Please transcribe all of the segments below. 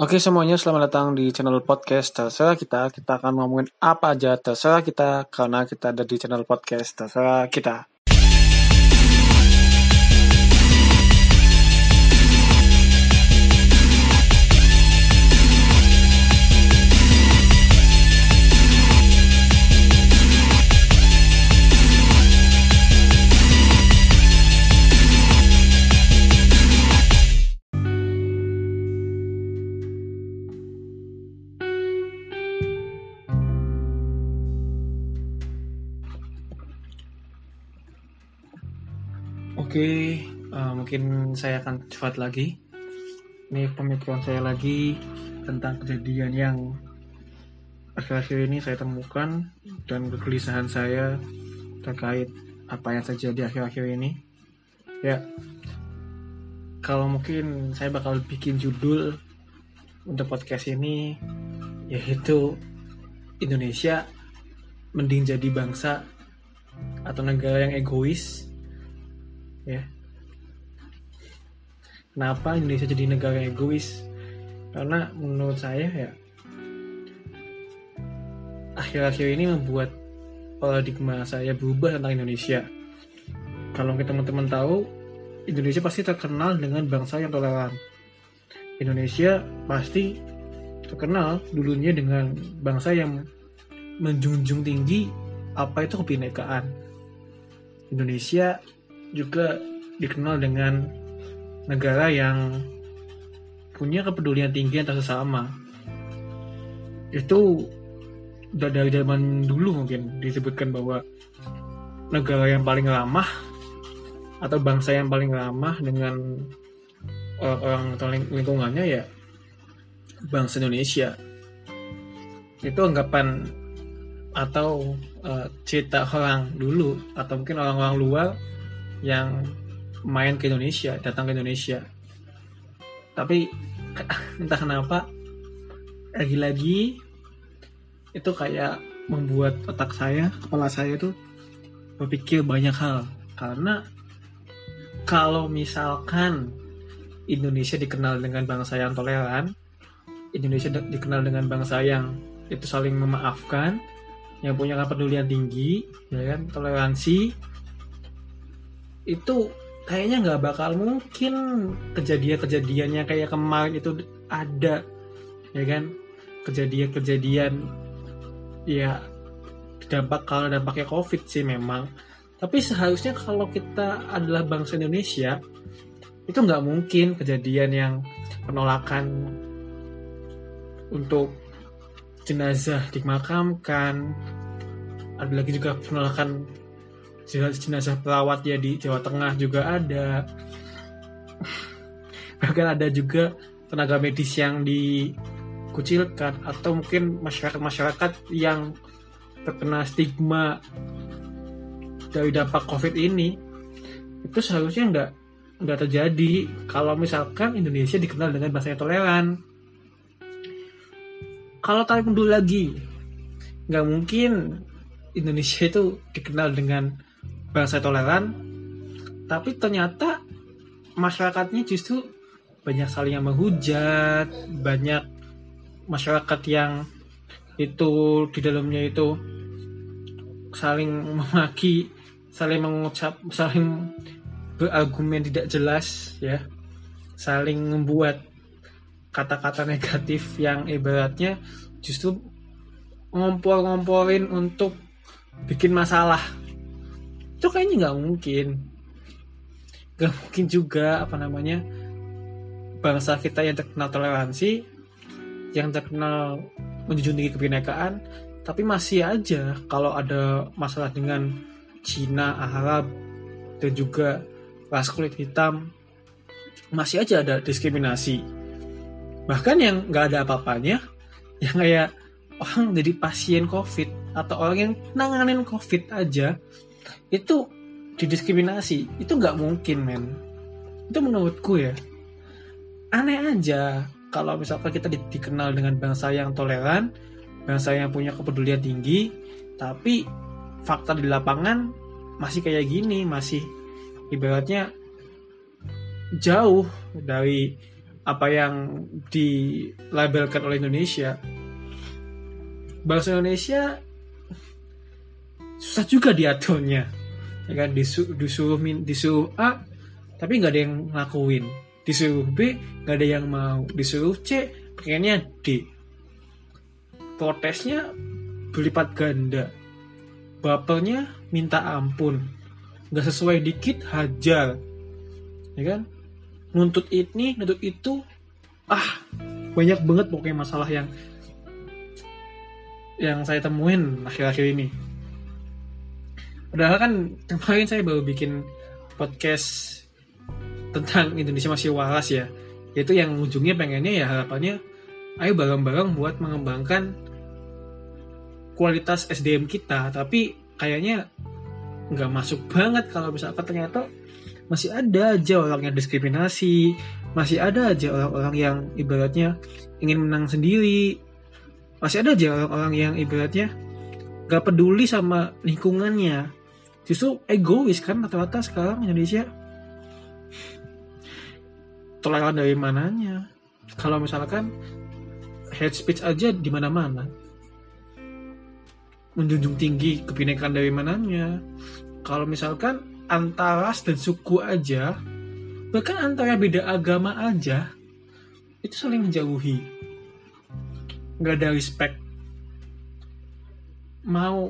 Oke semuanya, selamat datang di channel podcast Terserah Kita. Kita akan ngomongin apa aja terserah kita, karena kita ada di channel podcast Terserah Kita. Oke, mungkin saya akan curhat lagi. Ini pemikiran saya lagi tentang kejadian yang akhir-akhir ini saya temukan dan kegelisahan saya terkait apa yang terjadi akhir-akhir ini. Ya, kalau mungkin saya bakal bikin judul untuk podcast ini, yaitu Indonesia mending jadi bangsa atau negara yang egois. Ya, kenapa Indonesia jadi negara yang egois? Karena menurut saya ya, akhir-akhir ini membuat paradigma saya berubah tentang Indonesia. Kalau teman-teman tahu, Indonesia pasti terkenal dengan bangsa yang toleran. Indonesia pasti terkenal dulunya dengan bangsa yang menjunjung tinggi apa itu kebinekaan. Indonesia juga dikenal dengan negara yang punya kepedulian tinggi antar sesama. Itu udah dari zaman dulu mungkin disebutkan bahwa negara yang paling ramah atau bangsa yang paling ramah dengan orang atau lingkungannya ya bangsa Indonesia. Itu anggapan atau cerita orang dulu atau mungkin orang-orang luar yang main ke Indonesia, datang ke Indonesia. Tapi entah kenapa lagi-lagi itu kayak membuat kepala saya tuh berpikir banyak hal. Karena kalau misalkan Indonesia dikenal dengan bangsa yang toleran, Indonesia dikenal dengan bangsa yang itu saling memaafkan, yang punya kepedulian tinggi, ya kan, toleransi, itu kayaknya nggak bakal mungkin kejadian-kejadiannya kayak kemarin itu ada, ya kan, kejadian-kejadian ya dampaknya COVID sih memang. Tapi seharusnya kalau kita adalah bangsa Indonesia, itu nggak mungkin kejadian yang penolakan untuk jenazah dimakamkan. Ada lagi juga penolakan jenazah perawat ya di Jawa Tengah juga ada. Bahkan ada juga tenaga medis yang dikucilkan atau mungkin masyarakat yang terkena stigma dari dampak COVID ini. Itu seharusnya nggak terjadi kalau misalkan Indonesia dikenal dengan bangsa yang toleran. Kalau tarik mundur lagi, nggak mungkin Indonesia itu dikenal dengan bangsa toleran, tapi ternyata masyarakatnya justru banyak saling yang menghujat, banyak masyarakat yang itu di dalamnya itu saling memaki, saling mengucap, saling berargumen tidak jelas, ya, saling membuat kata-kata negatif yang ibaratnya justru ngompor-ngomporin untuk bikin masalah. Itu kayaknya nggak mungkin juga bangsa kita yang terkenal toleransi, yang terkenal menjunjung tinggi kebinekaan, tapi masih aja kalau ada masalah dengan Cina, Arab, dan juga ras kulit hitam, masih aja ada diskriminasi. Bahkan yang nggak ada apa-apanya, yang kayak orang jadi pasien COVID atau orang yang nanganin COVID aja itu didiskriminasi. Itu nggak mungkin, men. Itu menurutku ya aneh aja kalau misalkan kita dikenal dengan bangsa yang toleran, bangsa yang punya kepedulian tinggi, tapi fakta di lapangan masih kayak gini, masih ibaratnya jauh dari apa yang dilabelkan oleh Indonesia. Bangsa Indonesia susah juga diaturnya, ya kan? Disuruh A tapi nggak ada yang ngelakuin, disuruh B nggak ada yang mau, disuruh C pengennya D. Protesnya berlipat ganda, bapernya minta ampun, nggak sesuai dikit hajar, ya kan? Nuntut ini nuntut itu, banyak banget pokoknya masalah yang saya temuin akhir-akhir ini. Padahal kan kemarin saya baru bikin podcast tentang Indonesia masih waras ya, yaitu yang ujungnya pengennya ya harapannya ayo bareng-bareng buat mengembangkan kualitas SDM kita, tapi kayaknya nggak masuk banget kalau misalkan ternyata masih ada aja orang yang diskriminasi, masih ada aja orang-orang yang ibaratnya ingin menang sendiri, masih ada aja orang-orang yang ibaratnya nggak peduli sama lingkungannya. Justru egois kan rata-rata sekarang Indonesia. Toleran dari mananya? Kalau misalkan hate speech aja di mana-mana. Menjunjung tinggi kebinekaan dari mananya. Kalau misalkan antara ras dan suku aja, bahkan antara beda agama aja, itu saling menjauhi. Nggak ada respect. Mau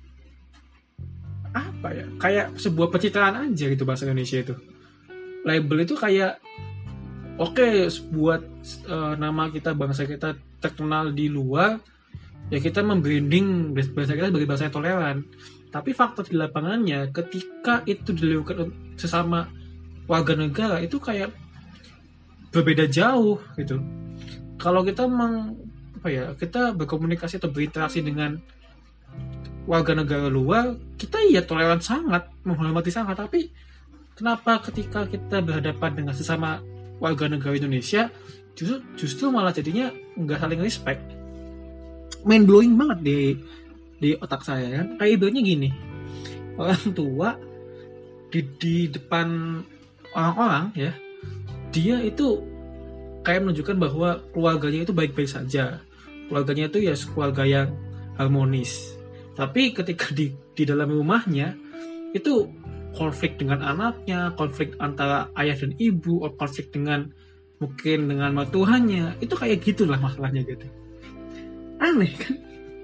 apa ya, kayak sebuah pencitraan aja gitu bahasa Indonesia itu. Label itu kayak oke, buat nama kita, bangsa kita terkenal di luar, ya kita membranding bahasa kita sebagai bahasa yang toleran. Tapi fakta di lapangannya ketika itu dilakukan sesama warga negara itu kayak berbeda jauh gitu. Kalau kita kita berkomunikasi atau berinteraksi dengan warga negara luar, kita ya toleran sangat, menghormati sangat, tapi kenapa ketika kita berhadapan dengan sesama warga negara Indonesia justru malah jadinya nggak saling respect. Mind blowing banget di otak saya kan. Kayak ibaratnya gini, orang tua di depan orang-orang ya, dia itu kayak menunjukkan bahwa keluarganya itu baik-baik saja, keluarganya itu ya keluarga yang harmonis. Tapi ketika di dalam rumahnya itu konflik dengan anaknya, konflik antara ayah dan ibu, atau konflik mungkin dengan mertuanya, itu kayak gitulah masalahnya gitu. Aneh kan?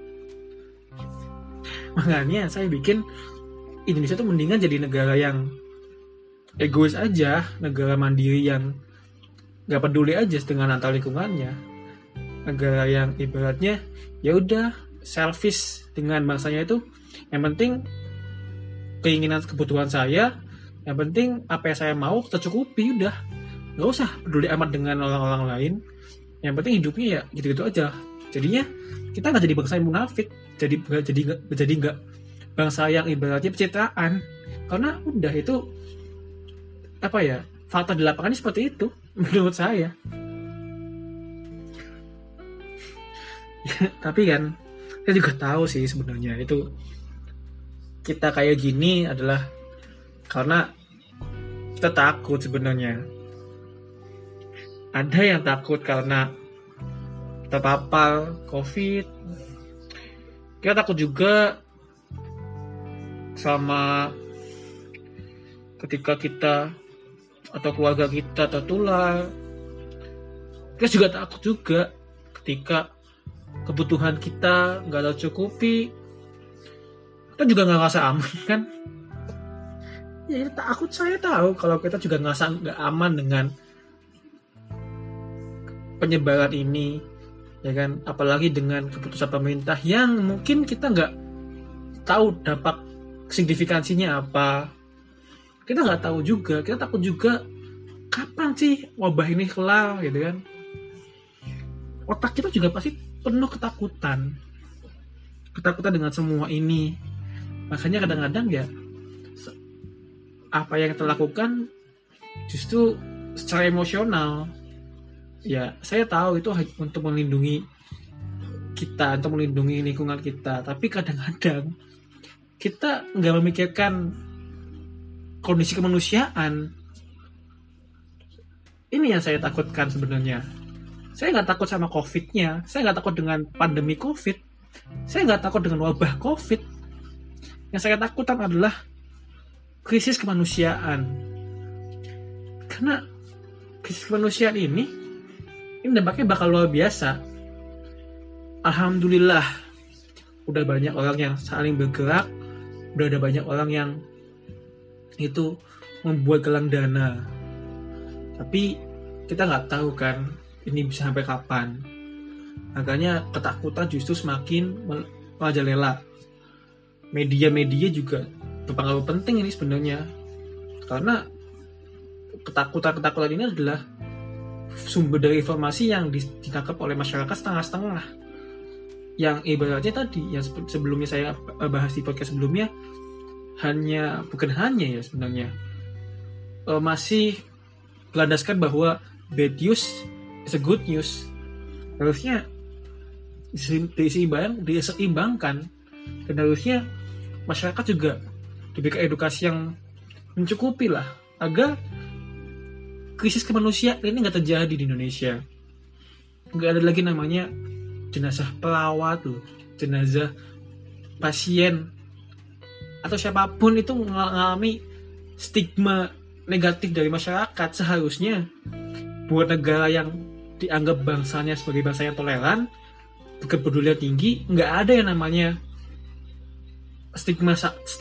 Makanya saya bikin Indonesia tuh mendingan jadi negara yang egois aja, negara mandiri yang gak peduli aja dengan antar lingkungannya, negara yang ibaratnya ya udah selfish dengan bangsanya itu, yang penting keinginan kebutuhan saya, yang penting apa yang saya mau tercukupi, udah nggak usah peduli amat dengan orang-orang lain, yang penting hidupnya ya gitu-gitu aja. Jadinya kita nggak jadi bangsa yang munafik, jadi nggak bangsa yang ibaratnya pencitraan, karena udah itu fakta di lapangannya seperti itu menurut saya. Tapi kan saya juga tahu sih sebenarnya itu kita kayak gini adalah karena kita takut sebenarnya. Ada yang takut karena terpapar COVID. Kita takut juga sama ketika kita atau keluarga kita tertular. Kita juga takut juga ketika kebutuhan kita nggak tercukupi, kita juga nggak ngerasa aman kan? Ya takut, saya tahu kalau kita juga nggak aman dengan penyebaran ini, ya kan? Apalagi dengan keputusan pemerintah yang mungkin kita nggak tahu dampak signifikansinya apa. Kita nggak tahu juga, kita takut juga kapan sih wabah ini kelar, gitu kan? Otak kita juga pasti penuh ketakutan dengan semua ini. Makanya kadang-kadang ya apa yang kita lakukan justru secara emosional. Ya saya tahu itu untuk melindungi kita, untuk melindungi lingkungan kita, tapi kadang-kadang kita nggak memikirkan kondisi kemanusiaan. Ini yang saya takutkan sebenarnya. Saya nggak takut sama COVID-nya, saya nggak takut dengan pandemi COVID, saya nggak takut dengan wabah COVID. Yang saya takutkan adalah krisis kemanusiaan. Karena krisis kemanusiaan ini dampaknya bakal luar biasa. Alhamdulillah, udah banyak orang yang saling bergerak, udah ada banyak orang yang itu membuat galang dana. Tapi kita nggak tahu kan ini bisa sampai kapan. Makanya ketakutan justru semakin merajalela. Media-media juga berpengaruh penting ini sebenarnya. Karena ketakutan ini adalah sumber dari informasi yang ditangkap oleh masyarakat setengah-setengah. Yang ibaratnya tadi, yang sebelumnya saya bahas di podcast sebelumnya, bukan hanya ya sebenarnya, masih berlandaskan bahwa bad news is a good news. Harusnya diseimbangkan, dan harusnya masyarakat juga diberikan edukasi yang mencukupi lah agar krisis kemanusiaan ini nggak terjadi di Indonesia. Nggak ada lagi namanya jenazah perawat loh, jenazah pasien atau siapapun itu mengalami stigma negatif dari masyarakat. Seharusnya buat negara yang dianggap bangsanya sebagai bangsa yang toleran, berkepedulian tinggi, nggak ada yang namanya stigma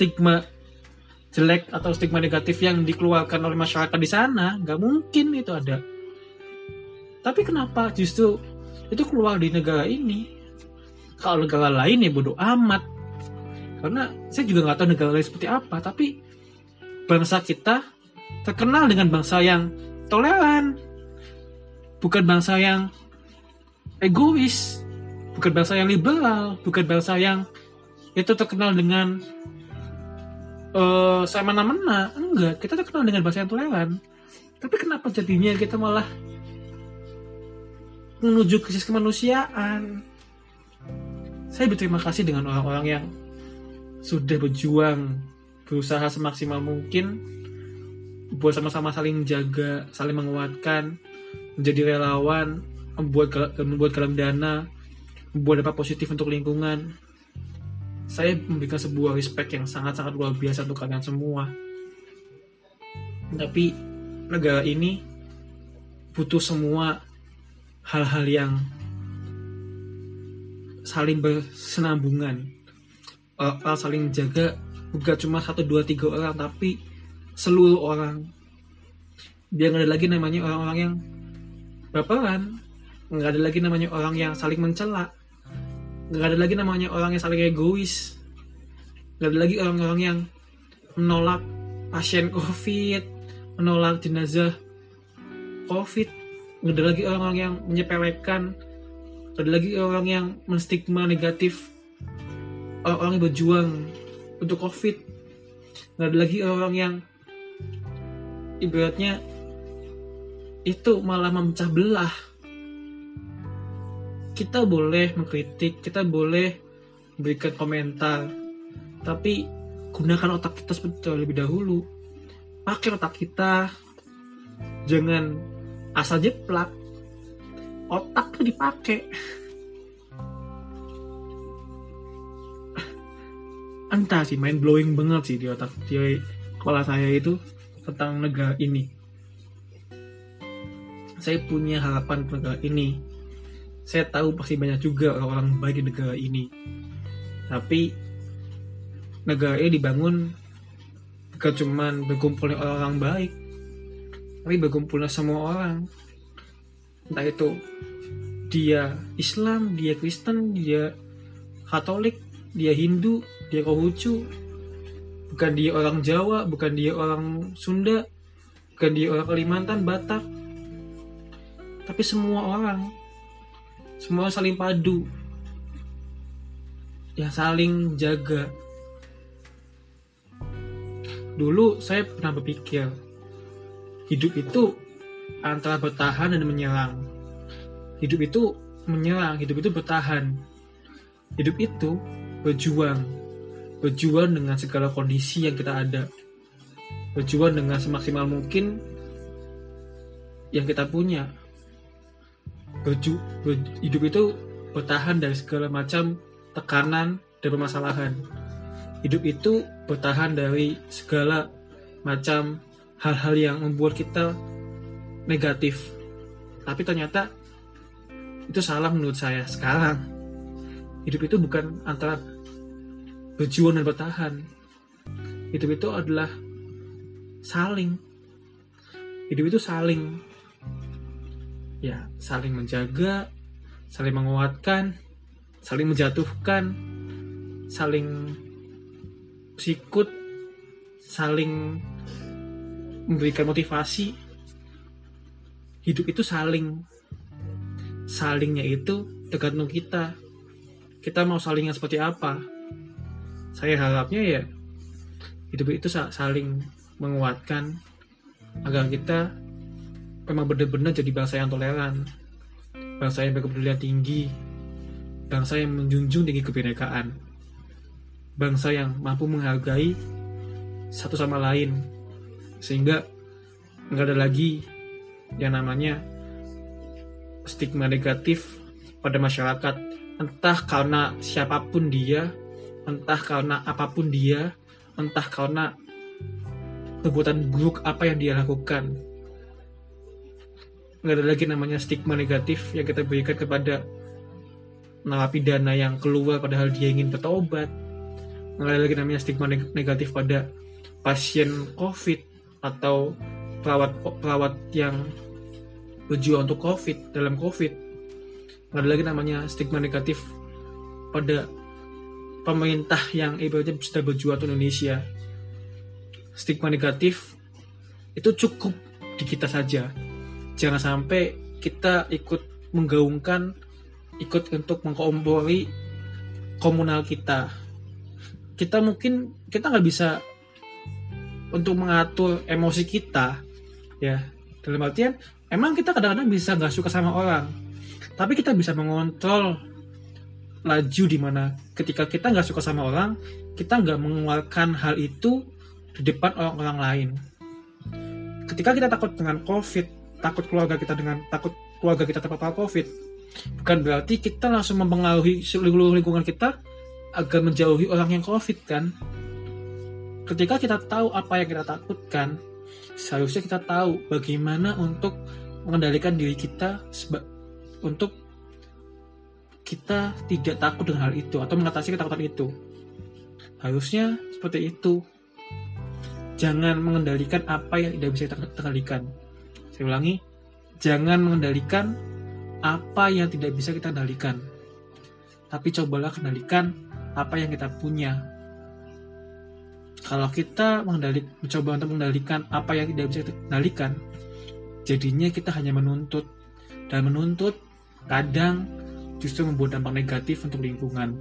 jelek atau stigma negatif yang dikeluarkan oleh masyarakat di sana. Nggak mungkin itu ada. Tapi kenapa justru itu keluar di negara ini? Kalau negara lain ya bodo amat. Karena saya juga nggak tahu negara lain seperti apa. Tapi bangsa kita terkenal dengan bangsa yang toleran, bukan bangsa yang egois, bukan bangsa yang liberal, bukan bangsa yang itu terkenal dengan semena-mena. Enggak, kita terkenal dengan bangsa yang toleran. Tapi kenapa jadinya kita malah menuju krisis kemanusiaan? Saya berterima kasih dengan orang-orang yang sudah berjuang, berusaha semaksimal mungkin buat sama-sama saling jaga, saling menguatkan, menjadi relawan, membuat galang dana, membuat dampak positif untuk lingkungan. Saya memberikan sebuah respect yang sangat-sangat luar biasa untuk kalian semua. Tapi negara ini butuh semua hal-hal yang saling bersenambungan, saling jaga, bukan cuma 1, 2, 3 orang, tapi seluruh orang. Biar nggak ada lagi namanya orang-orang yang baperan, nggak ada lagi namanya orang yang saling mencela, nggak ada lagi namanya orang yang saling egois, nggak ada lagi orang-orang yang menolak pasien COVID, menolak jenazah COVID, nggak ada lagi orang-orang yang menyepelekan, nggak ada lagi orang yang menstigma negatif orang-orang yang berjuang untuk COVID, nggak ada lagi orang yang ibaratnya itu malah memecah belah. Kita boleh mengkritik, kita boleh memberikan komentar, tapi gunakan otak kita terlebih dahulu. Pakai otak kita, jangan asal jeplak. Otak tuh dipakai. Entah sih, mind blowing banget sih di otak, di kepala saya itu tentang negara ini. Saya punya harapan ke negara ini. Saya tahu pasti banyak juga orang-orang baik di negara ini. Tapi negara ini dibangun bukan cuma berkumpulnya orang-orang baik, tapi berkumpulnya semua orang. Entah itu dia Islam, dia Kristen, dia Katolik, dia Hindu, dia Konghucu, bukan dia orang Jawa, bukan dia orang Sunda, bukan dia orang Kalimantan, Batak, tapi semua orang saling padu, yang saling jaga. Dulu saya pernah berpikir hidup itu antara bertahan dan menyerang. Hidup itu menyerang, hidup itu bertahan. Hidup itu berjuang dengan segala kondisi yang kita ada, berjuang dengan semaksimal mungkin yang kita punya. Hidup itu bertahan dari segala macam tekanan dan permasalahan. Hidup itu bertahan dari segala macam hal-hal yang membuat kita negatif. Tapi ternyata itu salah menurut saya sekarang. Hidup itu bukan antara berjuang dan bertahan. Hidup itu adalah saling. Hidup itu saling. Ya, saling menjaga, saling menguatkan, saling menjatuhkan, saling sikut, saling memberikan motivasi. Hidup itu saling. Salingnya itu tergantung kita. Kita mau salingnya seperti apa? Saya harapnya ya hidup itu saling menguatkan agar kita memang benar-benar jadi bangsa yang toleran, bangsa yang berkepedulian tinggi, bangsa yang menjunjung tinggi kebinekaan, bangsa yang mampu menghargai satu sama lain, sehingga nggak ada lagi yang namanya stigma negatif pada masyarakat, entah karena siapapun dia, entah karena apapun dia, entah karena perbuatan buruk apa yang dia lakukan. Nggak ada lagi namanya stigma negatif yang kita berikan kepada narapidana yang keluar padahal dia ingin bertobat. Nggak ada lagi namanya stigma negatif pada pasien COVID atau perawat yang berjuang untuk COVID, dalam COVID. Nggak ada lagi namanya stigma negatif pada pemerintah yang ibaratnya sudah berjuang untuk Indonesia. Stigma negatif itu cukup di kita saja. Jangan sampai kita ikut menggaungkan, ikut untuk mengkompori komunal kita. Kita nggak bisa untuk mengatur emosi kita, ya. Dalam artian, emang kita kadang-kadang bisa nggak suka sama orang, tapi kita bisa mengontrol laju di mana ketika kita nggak suka sama orang, kita nggak mengeluarkan hal itu di depan orang-orang lain. Ketika kita takut dengan COVID, takut keluarga kita terpapar COVID, bukan berarti kita langsung mempengaruhi seluruh lingkungan kita agar menjauhi orang yang COVID, kan? Ketika kita tahu apa yang kita takutkan, seharusnya kita tahu bagaimana untuk mengendalikan diri kita untuk kita tidak takut dengan hal itu atau mengatasi ketakutan itu. Harusnya seperti itu. Jangan mengendalikan apa yang tidak bisa kita kendalikan. Saya ulangi, jangan mengendalikan apa yang tidak bisa kita kendalikan. Tapi cobalah kendalikan apa yang kita punya. Kalau kita mencoba untuk mengendalikan apa yang tidak bisa kita kendalikan, jadinya kita hanya menuntut. Dan menuntut kadang justru membuat dampak negatif untuk lingkungan.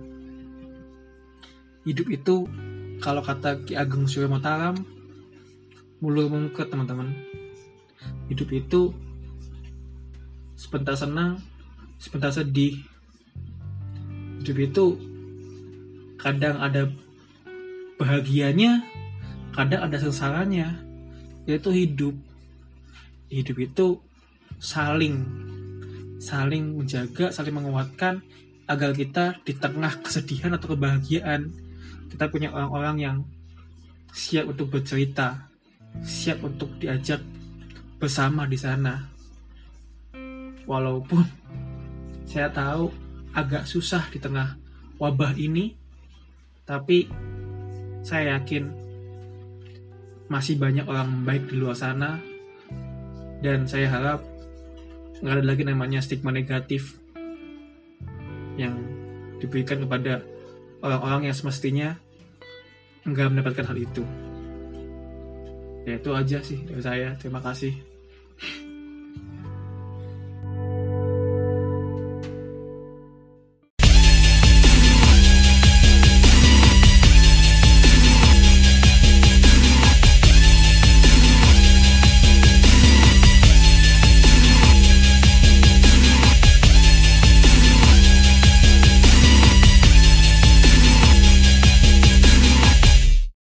Hidup itu, kalau kata Ki Ageng Surya Mataram, mulur mungket, teman-teman. Hidup itu sebentar senang, sebentar sedih. Hidup itu kadang ada bahagianya, kadang ada sengsaranya. Yaitu hidup. Hidup itu saling menjaga, saling menguatkan agar kita di tengah kesedihan atau kebahagiaan kita punya orang-orang yang siap untuk bercerita, siap untuk diajak bersama di sana. Walaupun saya tahu agak susah di tengah wabah ini, tapi saya yakin masih banyak orang baik di luar sana, dan saya harap nggak ada lagi namanya stigma negatif yang diberikan kepada orang-orang yang semestinya nggak mendapatkan hal itu. Ya itu aja sih dari saya. Terima kasih.